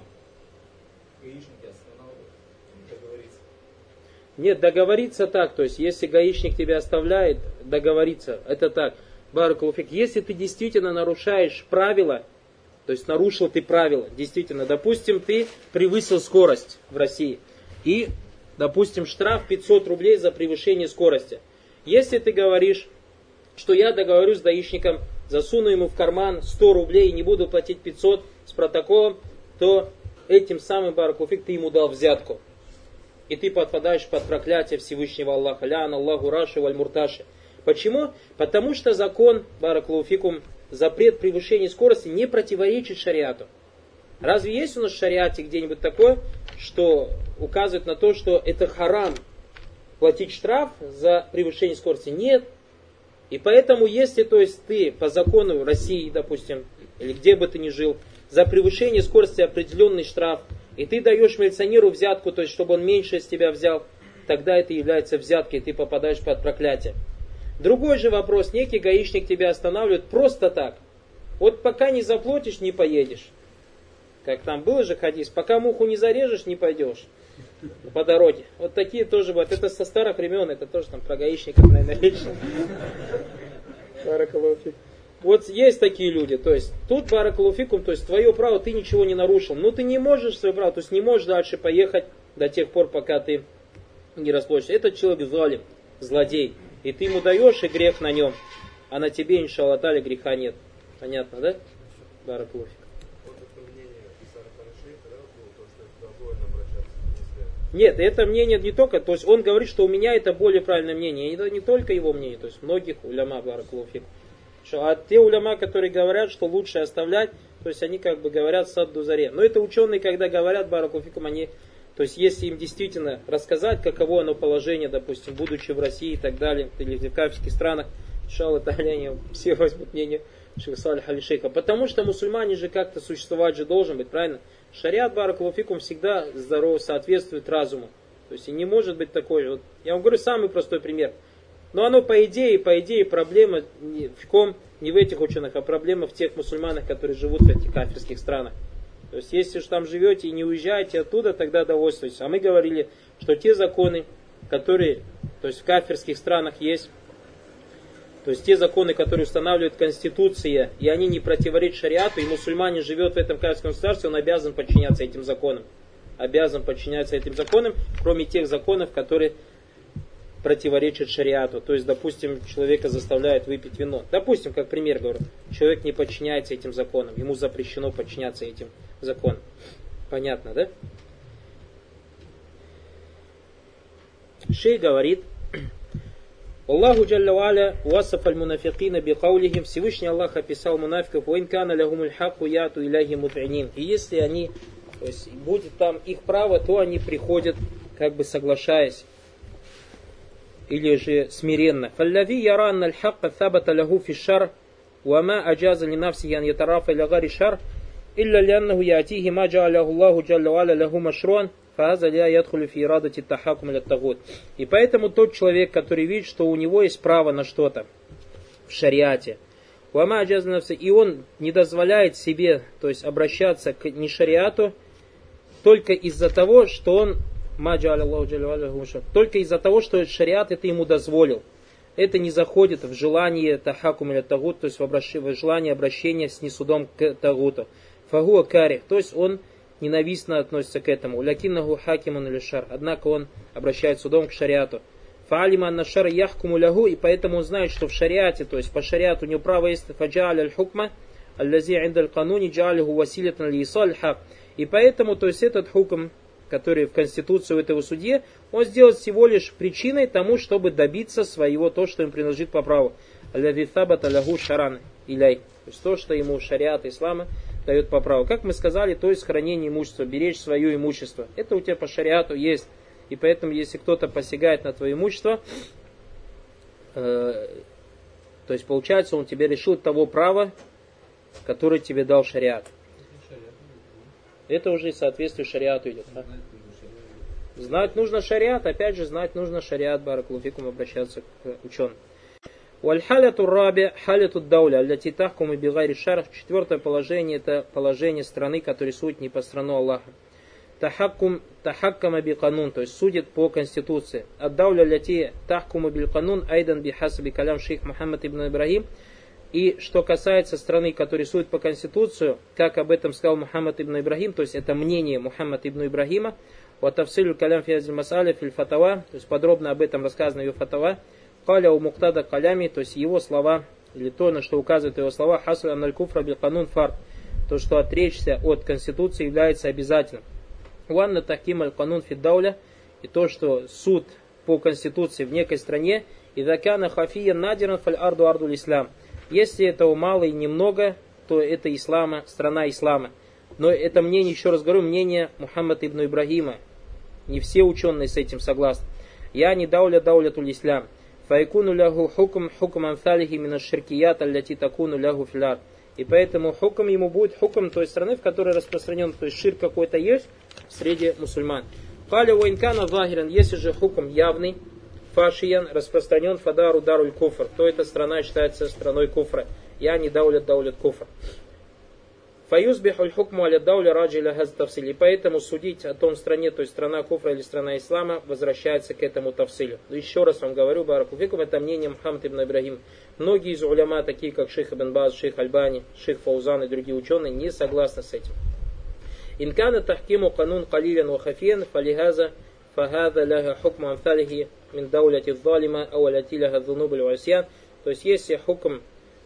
гаишники останавливают, договориться. Нет, договориться так, то есть если гаишник тебя оставляет, договориться, это так. Баракулуфик, если ты действительно нарушаешь правила, то есть нарушил ты правила, действительно, допустим, ты превысил скорость в России, и, допустим, штраф 500 рублей за превышение скорости. Если ты говоришь, что я договорюсь с гаишником, засуну ему в карман 100 рублей и не буду платить 500 с протоколом, то этим самым, баракулуфик, ты ему дал взятку. И ты подпадаешь под проклятие Всевышнего Аллаха. Лян Аллаху Раши валь Мурташи. Почему? Потому что закон, баракулуфикум, запрет превышения скорости не противоречит шариату. Разве есть у нас в шариате где-нибудь такое, что указывает на то, что это харам платить штраф за превышение скорости? Нет. И поэтому, если, то есть, ты по закону России, допустим, или где бы ты ни жил, за превышение скорости определенный штраф, и ты даешь милиционеру взятку, то есть, чтобы он меньше с тебя взял, тогда это является взяткой, и ты попадаешь под проклятие. Другой же вопрос, некий гаишник тебя останавливает просто так. Вот пока не заплатишь, не поедешь. Как там было же хадис, пока муху не зарежешь, не пойдешь по дороге. Вот такие тоже бывают. Это со старых времен, это тоже там про гаишников, наверное, речь. Вот есть такие люди, то есть тут баракулуфикум, то есть твое право, ты ничего не нарушил, но ты не можешь свое право, то есть не можешь дальше поехать до тех пор, пока ты не расплатишь. Этот человек залим, злодей, и ты ему даешь, и грех на нем, а на тебе, иншаллах та'аля, греха нет. Понятно, да? Баракулуфик. Нет, это мнение не только, то есть он говорит, что у меня это более правильное мнение, и это не только его мнение, то есть многих уляма, баракулуфик. А те уляма, которые говорят, что лучше оставлять, то есть они как бы говорят садду заре. Но это ученые, когда говорят баракулуфикум, они, то есть если им действительно рассказать, каково оно положение, допустим, будучи в России и так далее, или в кафирских странах, иншаллах та'аля, все возьмут мнение Шейха Салиха аль-Шейха. Потому что мусульмане же как-то существовать же должен быть, правильно? Шариат баракулуфикум всегда здорово соответствует разуму. То есть и не может быть такой. Вот, я вам говорю самый простой пример. Но оно по идее проблема не в ком, не в этих ученых, а проблема в тех мусульманах, которые живут в этих кафирских странах. То есть если же там живете и не уезжаете оттуда, тогда довольствуйтесь. А мы говорили, что те законы, которые, то есть в кафирских странах есть, то есть те законы, которые устанавливает Конституция, и они не противоречат шариату, и мусульманин живет в этом кафирском государстве, он обязан подчиняться этим законам. Обязан подчиняться этим законам, кроме тех законов, которые противоречат шариату. То есть, допустим, человека заставляют выпить вино. Допустим, как пример говорю, человек не подчиняется этим законам, ему запрещено подчиняться этим законам. Понятно, да? Шейх говорит, Аллаху джалля ва аля васаф аль-мунафикина бикаулихим, Всевышний Аллах описал мунафиков, ваин кана лягумуль хакку яту иляхи мут'инин. И если они, то есть будет там их право, то они приходят, как бы соглашаясь, или же смиренно. Фаллави яран аль-хакка табата лягу фи шар, вама аджаза ли нафси ян ятарафа иля гари шар, илля ляннаху ятихи ма джа'аляху Аллаху джалля ва аля лягу машруан, фаза ля ядхулю фи ирадати тахакум ля тагут. И поэтому тот человек, который видит, что у него есть право на что-то в шариате, вама аджаза нафси, и он не дозволяет себе, то есть обращаться к не шариату, только из-за того, что он Только из-за того, что шариат это ему дозволил. Это не заходит в желание тахакум или тагут, то есть в желание обращения с несудом к тагуту. Фагуа карих, то есть он ненавистно относится к этому. Лякиннаху хакимун или шар, однако он обращает судом к шариату. Фаалима анна шар яхкуму лягу, и поэтому он знает, что в шариате, то есть по шариату у него право есть фаджа'аля аль-хукма, аллази индаль кануни джа'алиху василятан лисаль хак. И поэтому, то есть этот хукм, который в Конституции у этого судьи, он сделает всего лишь причиной тому, чтобы добиться своего, то, что им принадлежит по праву. Аллази табата лягу шаран иляй. То есть то, что ему шариат ислама дает по праву. Как мы сказали, то есть хранение имущества, беречь свое имущество. Это у тебя по шариату есть. И поэтому, если кто-то посягает на твое имущество, то есть получается, он тебе лишил того права, которое тебе дал шариат. Это уже соответствие шариату идет. Да? Знать нужно шариат, опять же, знать нужно шариат, баракулуфикум, обращаться к ученым. Уаль-халяту раби, халяту дауля, аллати тахкум и бигайри шарах. Четвертое положение, это положение страны, которая судит не по страну Аллаха. Тахаккама биканун, то есть судит по конституции. Ад-дауля аллати тахкуму билканун айдан бихасаби калям шейх Мухаммад ибн Ибрахим. И что касается страны, которая судит по конституцию, как об этом сказал Мухаммад ибн Ибрахим, то есть это мнение Мухаммада ибн Ибрахима, ватафсилю калям фиазиль масаля филь фатава, то есть подробно об этом рассказано в его фатава, каля у муктада калями, то есть его слова, или то, на что указывают его слова, хасу аналь куфра бил канун фард, то, что отречься от конституции является обязательным. Уанна таким аль канун фиддауля, и то, что суд по конституции в некой стране, и дакяна хафия надиран фаль арду арду ислам. Если этого мало и немного, то это ислама, страна ислама. Но это мнение, еще раз говорю, мнение Мухаммада ибн Ибрахима. Не все ученые с этим согласны. Я не дауля туль ислам. Файкуну лягу хукм хукм амфалихи мина ширкият алляти такуну лягу филяр. И поэтому хукм ему будет хукм той страны, в которой распространен, то есть ширк какой-то есть среди мусульман. Каля воинкана вахиран, если же хукм явный, фашиян, распространен фадару даруль куфр, то эта страна считается страной куфра. Я не даулят куфр. Фаюзбихуль хукму аля дауля раджиля хаз тавсили. И поэтому судить о том стране, то есть страна куфра или страна ислама, возвращается к этому тавсилю. Еще раз вам говорю, баракуфикум, это мнение Мухаммад ибн Ибрахим. Многие из уляма, такие как шейх Ибн Баз, шейх Альбани, шейх Фаузан и другие ученые, не согласны с этим. Инкана тахкиму канун калилян ва хафиен, фалихаза фахаза ляха хукму амфалихи мин дауляти залима ауляти ляха зунубаль васьян. То есть если хукм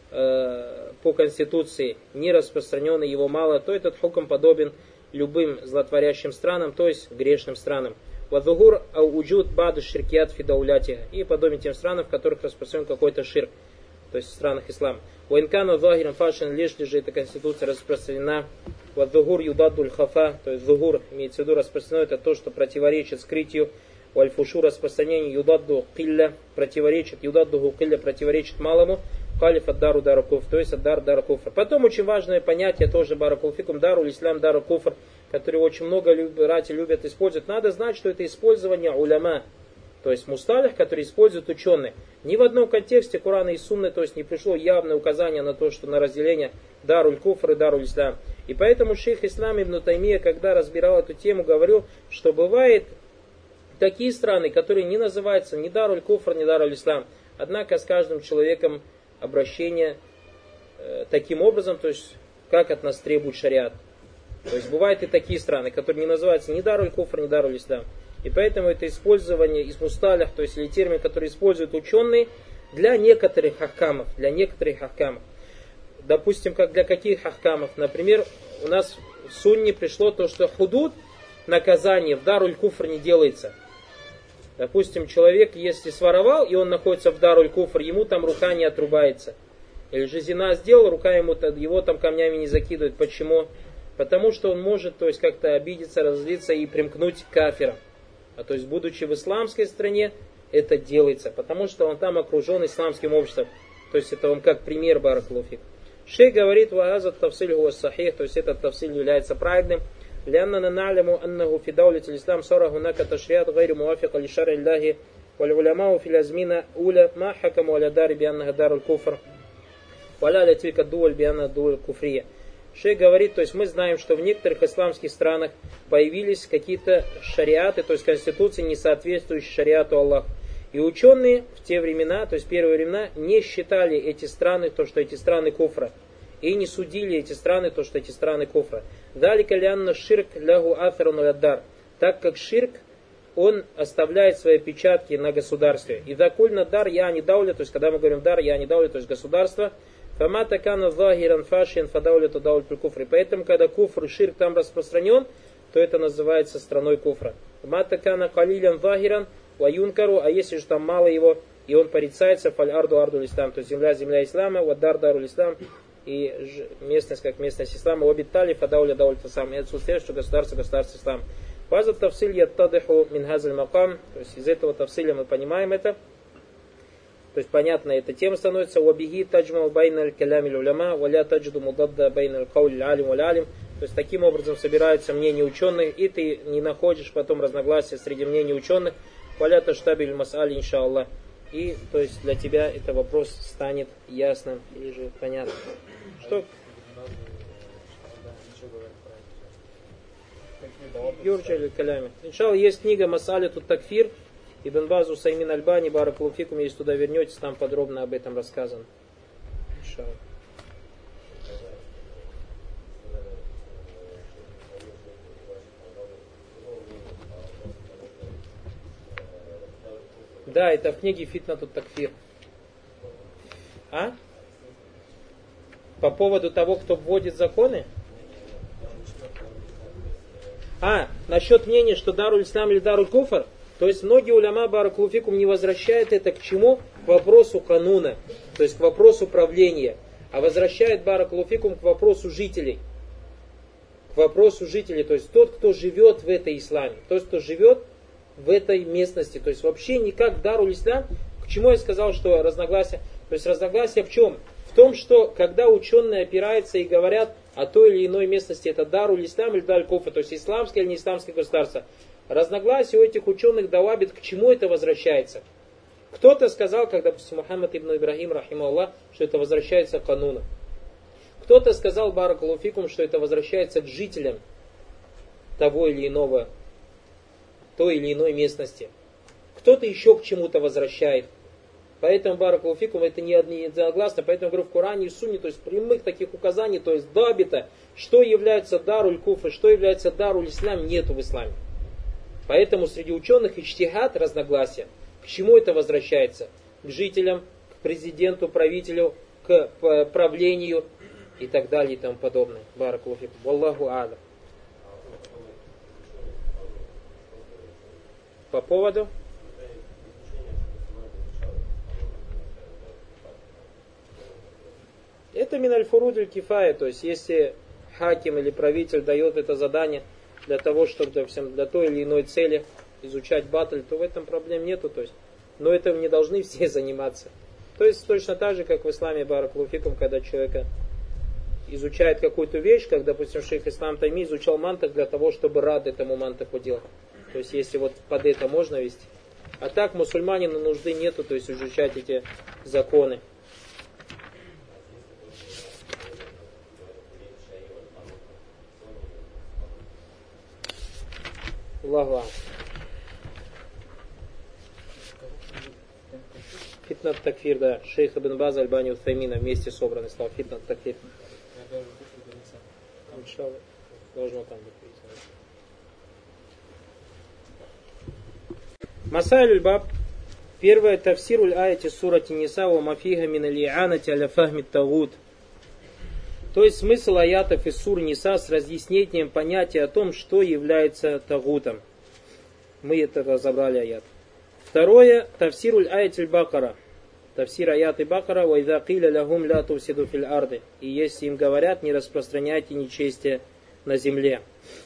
по конституции не распространенный, его мало, то этот хукм подобен любым злотворящим странам, то есть грешным странам. Вадугур ауджуд баду ширкият фидауляти, и подобен тем странам, в которых распространен какой-то ширк, то есть в странах ислама. Уинкану захирам фашин, лишь же эта конституция распространена. Вадугур юдадуль хафа, то есть дугур, имеется в виду распространено, это то, что противоречит скрытию. Вальфушу, распространение юдадду килля, противоречит, юдадду килля противоречит малому. Халиф ад-дару дару куфр, то есть ад-дар дару куфр. Потом очень важное понятие тоже баракулфикум дару ислам дару куфр, которое очень много братья любят использовать. Надо знать, что это использование уляма, то есть мусталих, который используют ученые. Ни в одном контексте Корана и Сунны, то есть не пришло явное указание на то, что на разделение даруль куфр и даруль ислам. И поэтому шейх Ислам ибн Таймия, когда разбирал эту тему, говорил, что бывает такие страны, которые не называются ни даруль куфр, ни даруль ислам. Однако с каждым человеком обращение таким образом, то есть как от нас требует шариат. То есть бывают и такие страны, которые не называются ни даруль куфр, ни даруль ислам. И поэтому это использование из мусталях, то есть или термин, который используют ученые для некоторых ахкамов. Допустим, как для каких ахкамов? Например, у нас в сунне пришло то, что худуд, наказание в даруль куфр не делается. Допустим, человек, если своровал, и он находится в даруль куфр, ему там рука не отрубается. Или же зина сделал, рука его там камнями не закидывает. Почему? Потому что он может, то есть как-то обидеться, разозлиться и примкнуть к кафирам. А то есть, будучи в исламской стране, это делается, потому что он там окружен исламским обществом. То есть это вам как пример, баракулуфик. Шейх говорит, ваазат тавсиль хуа сахих, то есть этот тавсиль является правильным. لأننا نعلم أنه في دولة الإسلام صار هناك تشريعات غير موافقة لشرع الله والعلماء في الأزمنة الأولى ما حكموا على دار بأنها دار الكفر ولا لتلك الدول بأنها الدول الكفرية. Шейх говорит, то есть мы знаем, что в некоторых исламских странах появились какие-то шариаты, то есть конституции, не соответствующие шариату Аллаха. И ученые в те времена, то есть первые времена, не считали эти страны, то, что эти страны куфра. И не судили эти страны, то, что эти страны куфра. Далика лянна ширк лягу аферун ладдар. Так как ширк, он оставляет свои отпечатки на государстве. И дакульна дар я не дауля, то есть когда мы говорим дар я не дауля, то есть государство, фама такана захиран фашин фадауля то дауль куфр. Поэтому, когда куфр и ширк там распространен, то это называется страной куфра. Фама такана калилян захиран ваюнкару, а если же там мало его, и он порицается, фаль арду арду ислам, то есть земля ислама, вадар дару ислам, и местность как местность ислама, обитали фадауля дауль тасам, и отсутствие, что государство ислам. Фаза тавсиль яттадыху мин хазаль макам, то есть из этого тавсиля мы понимаем это. То есть понятно, эта тема становится «Вабиги таджмау байналь калямиль уляма, валя таджду мудадда байналь кауль алим валь алим». То есть таким образом собираются мнения ученых, и ты не находишь потом разногласия среди мнений ученых. «Валя таштабиль мас'али иншаллах». И то есть для тебя этот вопрос станет ясным или же понятным. Что? Юрджа или калями. Иншалла, есть книга «Мас'али тут такфир». Ибн Баз Усаймин Альбани, баракалуфикум, если туда вернетесь, там подробно об этом рассказано. Иншалла. Да, это в книге «Фитна тут такфир». А? По поводу того, кто вводит законы? Насчет мнения, что даруль ислам или даруль куфр? То есть многие уляма баракулуфикум не возвращают это к чему? К вопросу кануна, то есть к вопросу правления, а возвращают баракулуфикум к вопросу жителей. К вопросу жителей, то есть тот, кто живет в этой исламе, тот, кто живет в этой местности. То есть вообще никак даруль ислам, к чему я сказал, что разногласия. То есть разногласия в чем? В том, что когда ученые опираются и говорят о той или иной местности, это даруль ислам или даруль куфр, то есть исламское или не исламское государство. Разногласия у этих ученых давабит, к чему это возвращается. Кто-то сказал, как, допустим, Мухаммад ибн Ибрахим, рахимахуллах, что это возвращается к кануну. Кто-то сказал, баракалуфикум, что это возвращается к жителям того или иного, той или иной местности. Кто-то еще к чему-то возвращает. Поэтому, баракалуфикум, это не единогласно. Поэтому я говорю, в Коране и Сунне, то есть прямых таких указаний, то есть дабита, что является даруль куфр, что является даруль ислам, нету в исламе. Поэтому среди ученых иджтихад, разногласия. К чему это возвращается? К жителям, к президенту, правителю, к правлению и так далее и тому подобное. Баракаллаху фикум. Валлаху а'лам. По поводу? Это миналь фурудуль кифая, то есть если хаким или правитель дает это задание для того, чтобы для той или иной цели изучать батль, то в этом проблем нету. То есть, но этим не должны все заниматься. То есть точно так же, как в исламе баракалуфикум, когда человек изучает какую-то вещь, как, допустим, шейх Ислам Тайми изучал мантах для того, чтобы рад этому мантаху делать. То есть если вот под это можно вести. А так мусульманину нужды нету, то есть изучать эти законы. Аллаху. Фитнат такфир, да. Шейх ибн Баз, Альбани, Уthаймина вместе собраны слова. Фитнат такфир. Иншаллах. Должно там быть. Масайль баб. Первое. Тавсируль аяти сурати Ниса ва мафиха мин аль-и'анати аля фахми тагут. То есть смысл аятов из сур Ниса с разъяснением понятия о том, что является тагутом. Мы это разобрали аят. Второе. Тавсируль аятиль бакара. Тавсир аяты бакара. Ва иза киля лахум ля туфсиду фил арды. И если им говорят, не распространяйте нечестие на земле.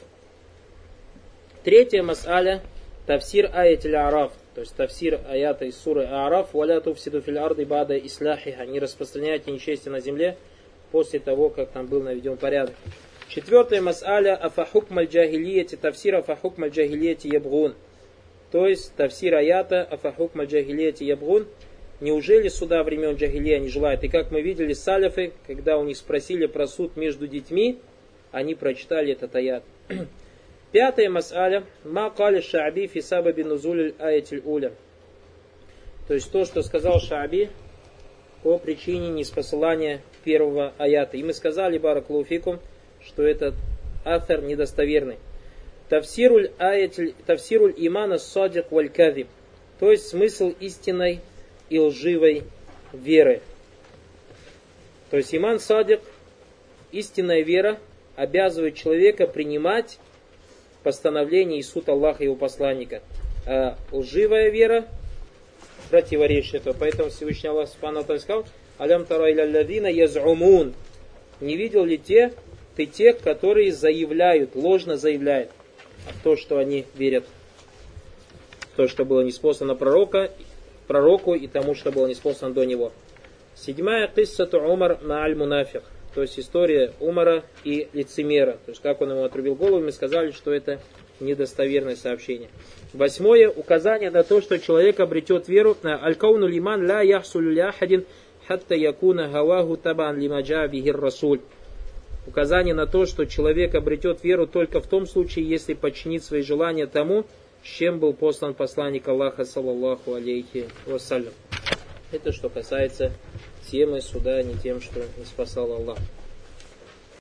Третье мас'аля. Тавсир аятиль араф. То есть тавсир аята из суры Араф. Ва ля туфсиду фил арды бада исляхиха. Не распространяйте нечестие на земле после того, как там был наведен порядок. Четвертое мас'аля афахукм аль-джахилияти, тавсир афахукм аль-джахилияти ябгун. То есть тавсир аята афахукм аль-джахилияти ябгун. Неужели суда времен джахилия не желают? И как мы видели, саляфы, когда у них спросили про суд между детьми, они прочитали этот аят. Пятая мас'аля. Ма кали Шааби фи сабаби нузуль аятиль уля. То есть то, что сказал Шааби по причине неспосылания первого аята. И мы сказали, баракалуфикум, что этот автор недостоверный. Тафсируль имана садик валь кадиб. То есть смысл истинной и лживой веры. То есть иман садик, истинная вера, обязывает человека принимать постановление и суд Аллаха и его посланника. А лживая вера противоречит этого. Поэтому Всевышний Аллах Субхану ва Тааля сказал: «Алям тара иля лладзина яз'умун». Не видел ли ты тех, которые заявляют, ложно заявляют то, что они верят, то, что было неспослано пророку и тому, что было неспослано до него. Седьмая киссату Умар ма'аль мунафик. То есть история Умара и лицемера. То есть как он ему отрубил голову, мы сказали, что это недостоверное сообщение. Восьмое. Указание на то, что человек обретет веру. Аль-кауну лиман ла яхсулю ляхадин хатта якуна гаваху табан лимаджа бихир расуль. Указание на то, что человек обретет веру только в том случае, если подчинит свои желания тому, с чем был послан посланник Аллаха, саллаллаху алейхи вассалям. Это что касается темы суда, не тем, что не спасал Аллах.